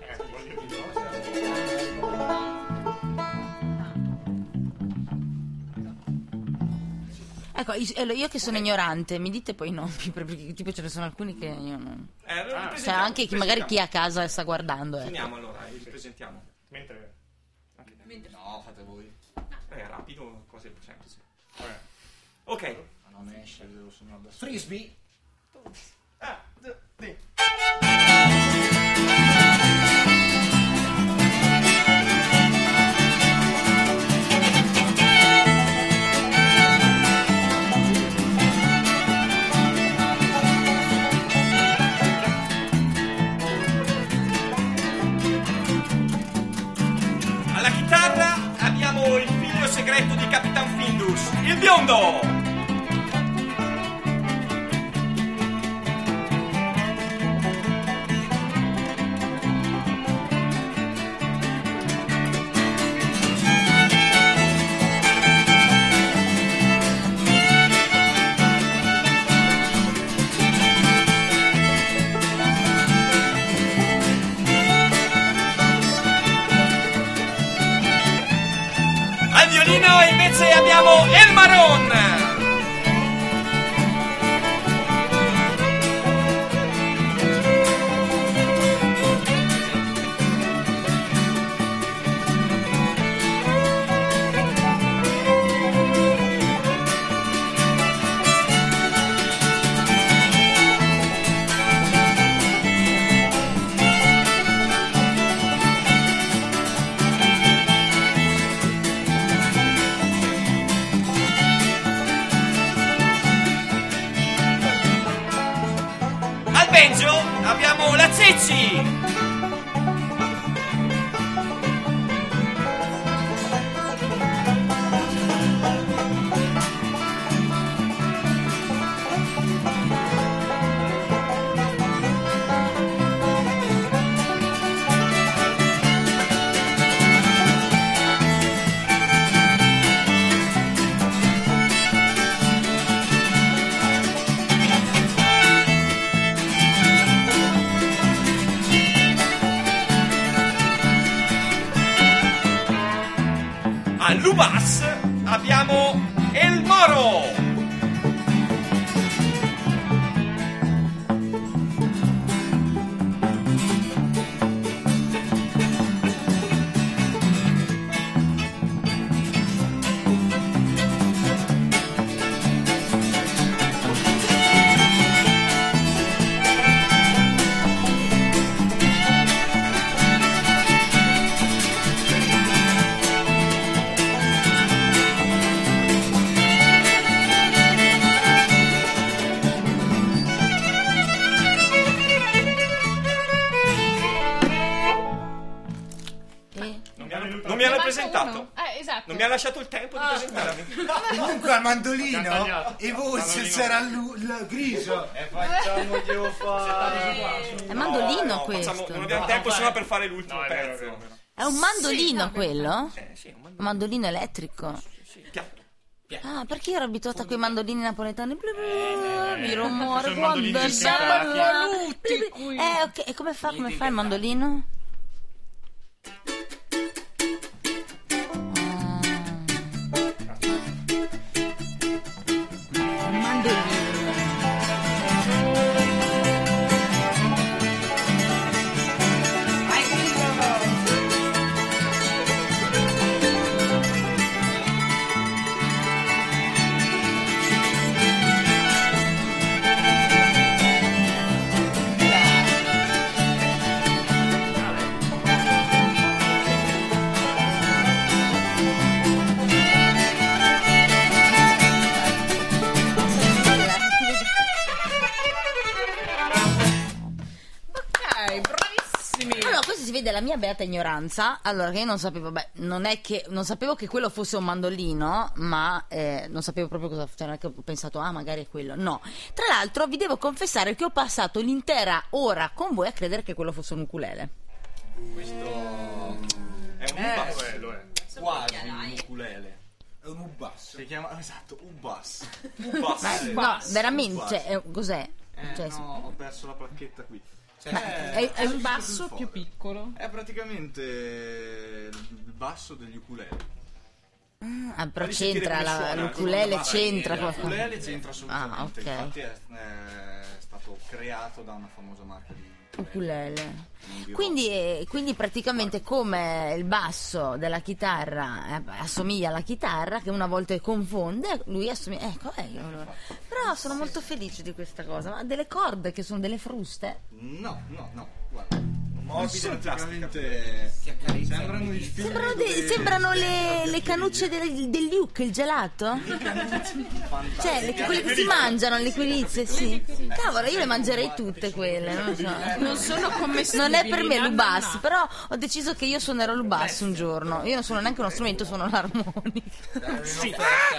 Ecco, io allora, io che sono ignorante, mi dite poi no, perché tipo ce ne sono alcuni che io non. Eh, allora Cioè ripresentiamo, anche chi magari chi ripresentiamo. a casa sta guardando, ecco. Finiamo allora, eh, ripresentiamo. Mentre... No, fate voi. È rapido, cose semplici. Vabbè. Ok. Ma non esce, devo suonare da solo. Frisbee. Ah, d- d- Alla chitarra abbiamo il figlio segreto di Capitan Findus, il biondo! Al violino invece abbiamo El Maron. Al banjo abbiamo la Cecci. All'Ubas abbiamo El Moro. E? Non mi hanno, Ne non mi hanno manca presentato. uno. Eh, esatto. Non mi ha lasciato il tempo di Ah. presentarmi. Comunque al mandolino Abbiamo tagliato. e voi se Mandolino. c'era il, il grigio. E facciamoglielo fare. È mandolino No, questo. facciamo- non abbiamo No, tempo no, solo eh. per fare l'ultimo No, è vero, è pezzo. vero, è vero. È un mandolino Sì, no, quello? Eh, sì, un Un mandolino. mandolino elettrico. Sì, piatto. Ah, perché io ero abituata a quei mandolini napoletani? Blu blu, di rumore, sono mandolini quando di balla. Scarlatti. Blu blu. Eh, ok, e come fa? Come fa il mandolino? mia beata ignoranza, allora che io non sapevo, beh, non è che non sapevo che quello fosse un mandolino, ma eh, non sapevo proprio cosa, cioè non è che ho pensato ah magari è quello, no. Tra l'altro vi devo confessare che ho passato l'intera ora con voi a credere che quello fosse un ukulele. Questo è un Eh, basso. quello è. Quasi un ukulele. È un ubbasso. Si chiama, esatto, ubbass. Ubbass. No, Basso. veramente, cioè, è- cos'è? Eh, Cioè, no, ho perso la placchetta qui. Cioè, Ma Eh, è- È un sul basso foglio. più piccolo. È praticamente il basso degli ukulele. Ah, però Fammi sentire c'entra come la, suona, l'ukulele cosa- c'entra Il qualcosa. ukulele c'entra assolutamente. Ah, ok. Infatti è, è stato creato da una famosa marca di Ukulele. Non dirò. Quindi, eh, quindi praticamente come il basso della chitarra eh, assomiglia alla chitarra, che una volta confonde, lui assomiglia. Ecco, eh, allora. Però sono molto felice di questa cosa. Ma delle corde che sono delle fruste? No, no, no, guarda. Morbide Sono di plastica. praticamente Si accarezza sembrano i i figli Sembrano, de- dove- sembrano le, le canucce del, del Luke, il gelato? Cioè, le, quelle che si mangiano, le liquirizze, sì. Cavolo, io le mangerei tutte quelle, non lo so. Non sono commestibili. Non è per me no, no, l'ubbass, no. però ho deciso che io suonerò l'ubbass un giorno. Io non suono neanche uno strumento, suono l'armonica. Sì.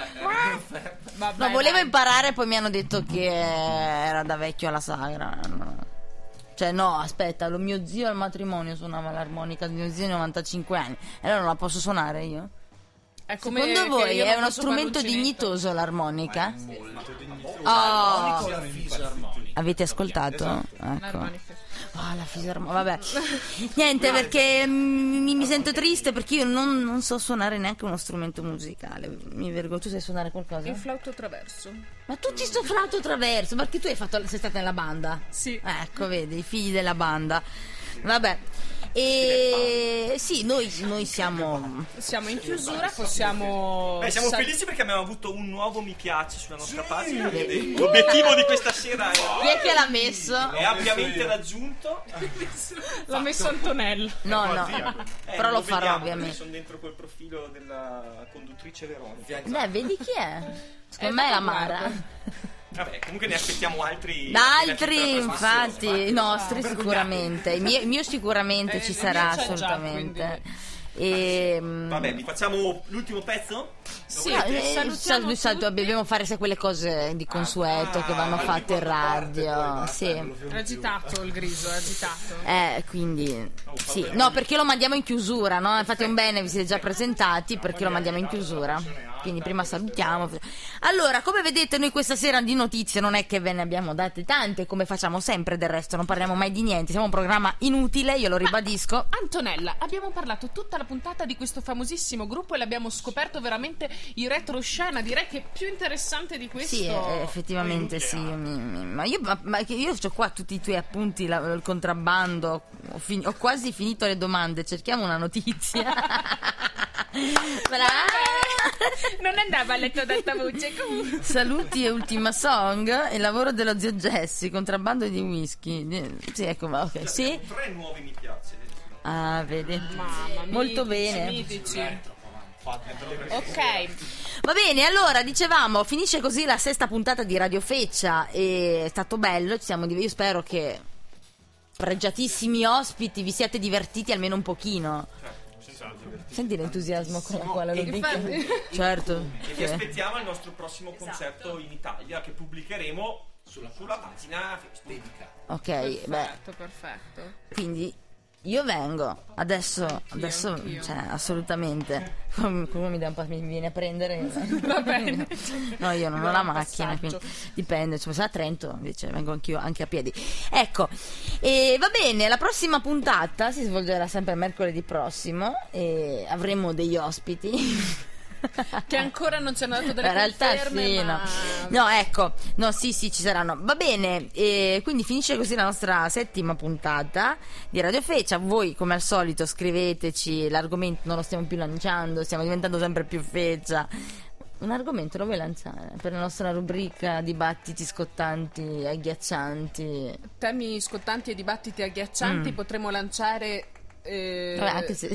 Vabbè, No, volevo dai. imparare, poi mi hanno detto che era da vecchio alla sagra. No. Cioè, no, aspetta, lo mio zio al matrimonio suonava l'armonica, mio zio ha novantacinque anni. E allora non la posso suonare io? È come Secondo che voi io è non uno posso fare strumento l'uncinetto. dignitoso l'armonica? molto dignitoso. Oh, La fisarmonica. avete ascoltato? Ecco. L'armonica. Ah, la fisarmonica, vabbè. Niente, perché mi, mi sento triste perché io non, non so suonare neanche uno strumento musicale. Mi vergogno. Tu sai suonare qualcosa? Il flauto traverso. Ma tu ti sto flauto traverso, perché tu hai fatto, sei stata nella banda? Sì. Ecco, vedi, i figli della banda. Vabbè. E sì, noi, noi siamo. Siamo in chiusura, possiamo. Beh, siamo sal- felici perché abbiamo avuto un nuovo mi piace sulla nostra pagina. Quindi l'obiettivo di questa sera Chi è, è che l'ha messo? è ampiamente raggiunto. L'ha messo Antonello. No, no. Eh, Però non lo farò, vediamo, ovviamente. perché sono dentro quel profilo della conduttrice Veronica. Beh, vedi chi è? Secondo Eh, me è la guarda. Mara. Vabbè, comunque ne aspettiamo altri. Altri, nella infatti, prossima i nostri settimana. sicuramente. Il mio, il mio sicuramente Eh, ci il sarà, mio c'è già, assolutamente. quindi. E, Vabbè, vi facciamo l'ultimo pezzo? Sì, No, eh, eh, salutiamo sal- sal- tutti. dobbiamo fare se quelle cose di consueto che vanno ah, fatte in di parte, poi radio. basta, Sì. non lo fermo È più. agitato il griso, è agitato. Eh, quindi sì. No, perché lo mandiamo in chiusura, no? Infatti è un bene, vi siete già presentati perché lo mandiamo in chiusura. Quindi prima salutiamo. Allora, come vedete, noi questa sera di notizie non è che ve ne abbiamo date tante, come facciamo sempre del resto, non parliamo mai di niente, siamo un programma inutile, io lo ribadisco. Antonella, abbiamo parlato tutta la puntata di questo famosissimo gruppo e l'abbiamo scoperto veramente in retroscena. Direi che più interessante di questo. Sì, eh, effettivamente sì. io mi- mi- ma io, ma, ma che io ho qua tutti i tuoi appunti, la- il contrabbando. Ho, fin- ho quasi finito le domande. Cerchiamo una notizia. Bra- Non andava a letto ad alta voce. comunque. Saluti e ultima song. Il lavoro dello zio Jesse, contrabbando di whisky. Di- Sì, ecco, ma ok. Sì. Tre nuovi mi piace. Ah, vedi. Mamma, Molto mitici, bene. mitici. Ok, Va bene, allora dicevamo, finisce così la sesta puntata di Radio Feccia. E è stato bello, ci siamo div- io spero che pregiatissimi ospiti vi siate divertiti almeno un pochino. Senti l'entusiasmo con la quale lo dico. infatti. Certo. E vi sì. aspettiamo al nostro prossimo concerto in Italia che pubblicheremo sulla, sulla pagina Facebook. Ok, beh, perfetto, perfetto. quindi io vengo adesso, Anch'io, adesso, anch'io. cioè, assolutamente. Come, come mi, dà un po', mi viene a prendere? Va bene. No, io non Mi ho dà la un macchina, passaggio. quindi dipende. Cioè, se a Trento invece vengo anch'io anche a piedi. Ecco, e va bene, la prossima puntata si svolgerà sempre mercoledì prossimo e avremo degli ospiti. Che ancora non ci hanno dato delle In realtà conferme, sì, ma... no. No, ecco, no, sì, sì, ci saranno. Va bene, e quindi finisce così la nostra settima puntata di Radio Feccia. Voi, come al solito, scriveteci l'argomento, non lo stiamo più lanciando, stiamo diventando sempre più feccia. Un argomento lo vuoi lanciare per la nostra rubrica dibattiti scottanti, agghiaccianti? Temi scottanti e dibattiti agghiaccianti Mm. potremo lanciare... eh, Vabbè, anche se...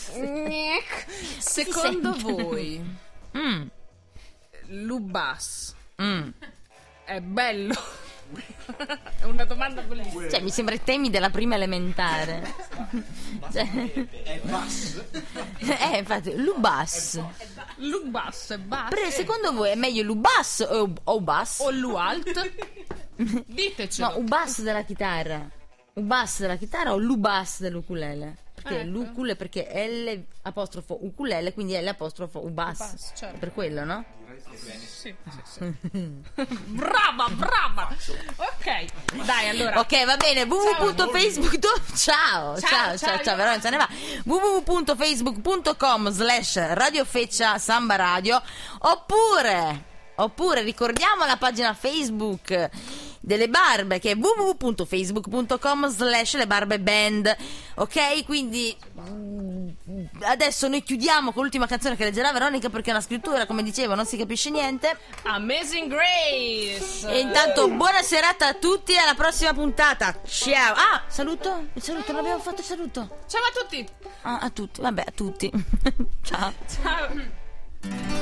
Secondo Si sente. voi Mm, l'Ubbass mm. è bello È una domanda bellissima. Cioè, mi sembra i temi della prima elementare. Cioè, È bass. eh, infatti, Lubas. Lubas e bass. Però secondo voi è meglio Lubas o, o Bass? O Lualt? Ditecelo. No, Ubas della chitarra. Ubas della chitarra o Lubas dell'ukulele? Perché Ecco. l'ukulele, perché L apostrofo ukulele, quindi L apostrofo Ubas. Ubas, certo. Per quello, no? Sì, sì, sì. Brava, brava. Ok, dai, allora. Ok, va bene. www.facebook ciao, ciao, ciao, ciao, ciao, veramente se ne va. www.facebook.com slash Radio Feccia Samba Radio. Oppure, oppure ricordiamo la pagina Facebook delle barbe, che è www.facebook.com slash le barbe band. Ok, quindi mm, adesso noi chiudiamo con l'ultima canzone che leggerà Veronica, perché è una scrittura, come dicevo, non si capisce niente. Amazing Grace. E intanto buona serata a tutti e alla prossima puntata. Ciao. Ah, saluto? Il saluto, non abbiamo fatto il saluto. Ciao a tutti. Ah, a tutti, vabbè, a tutti. Ciao. Ciao.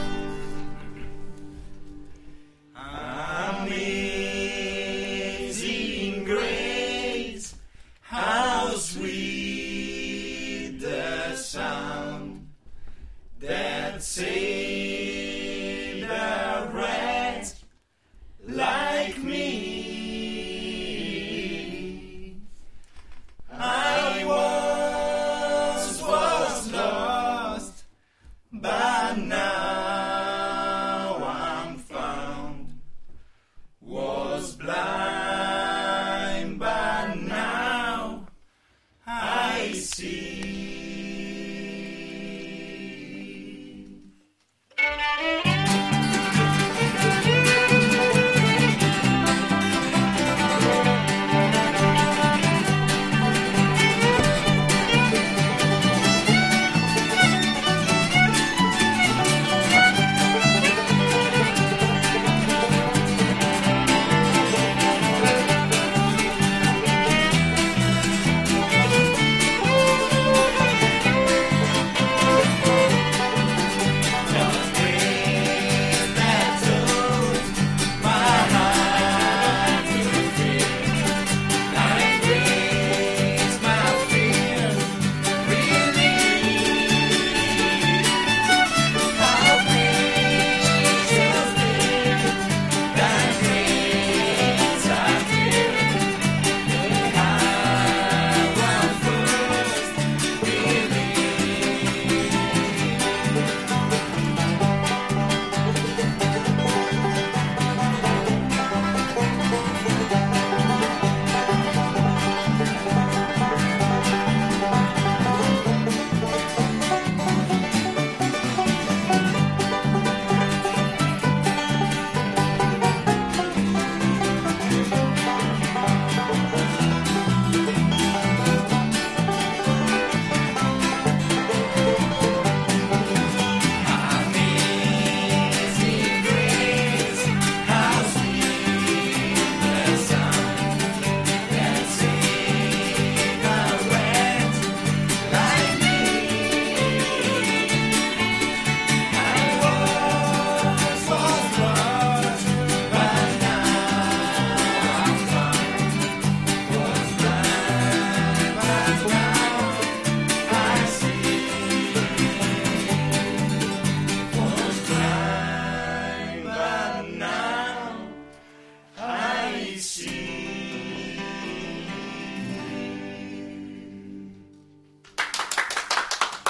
Amazing grace, how sweet the sound that saved a wretch like me. I once was lost, but now I'm found. Was blind, but now I see.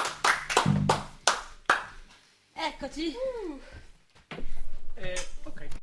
Eccoci. Eh, ok.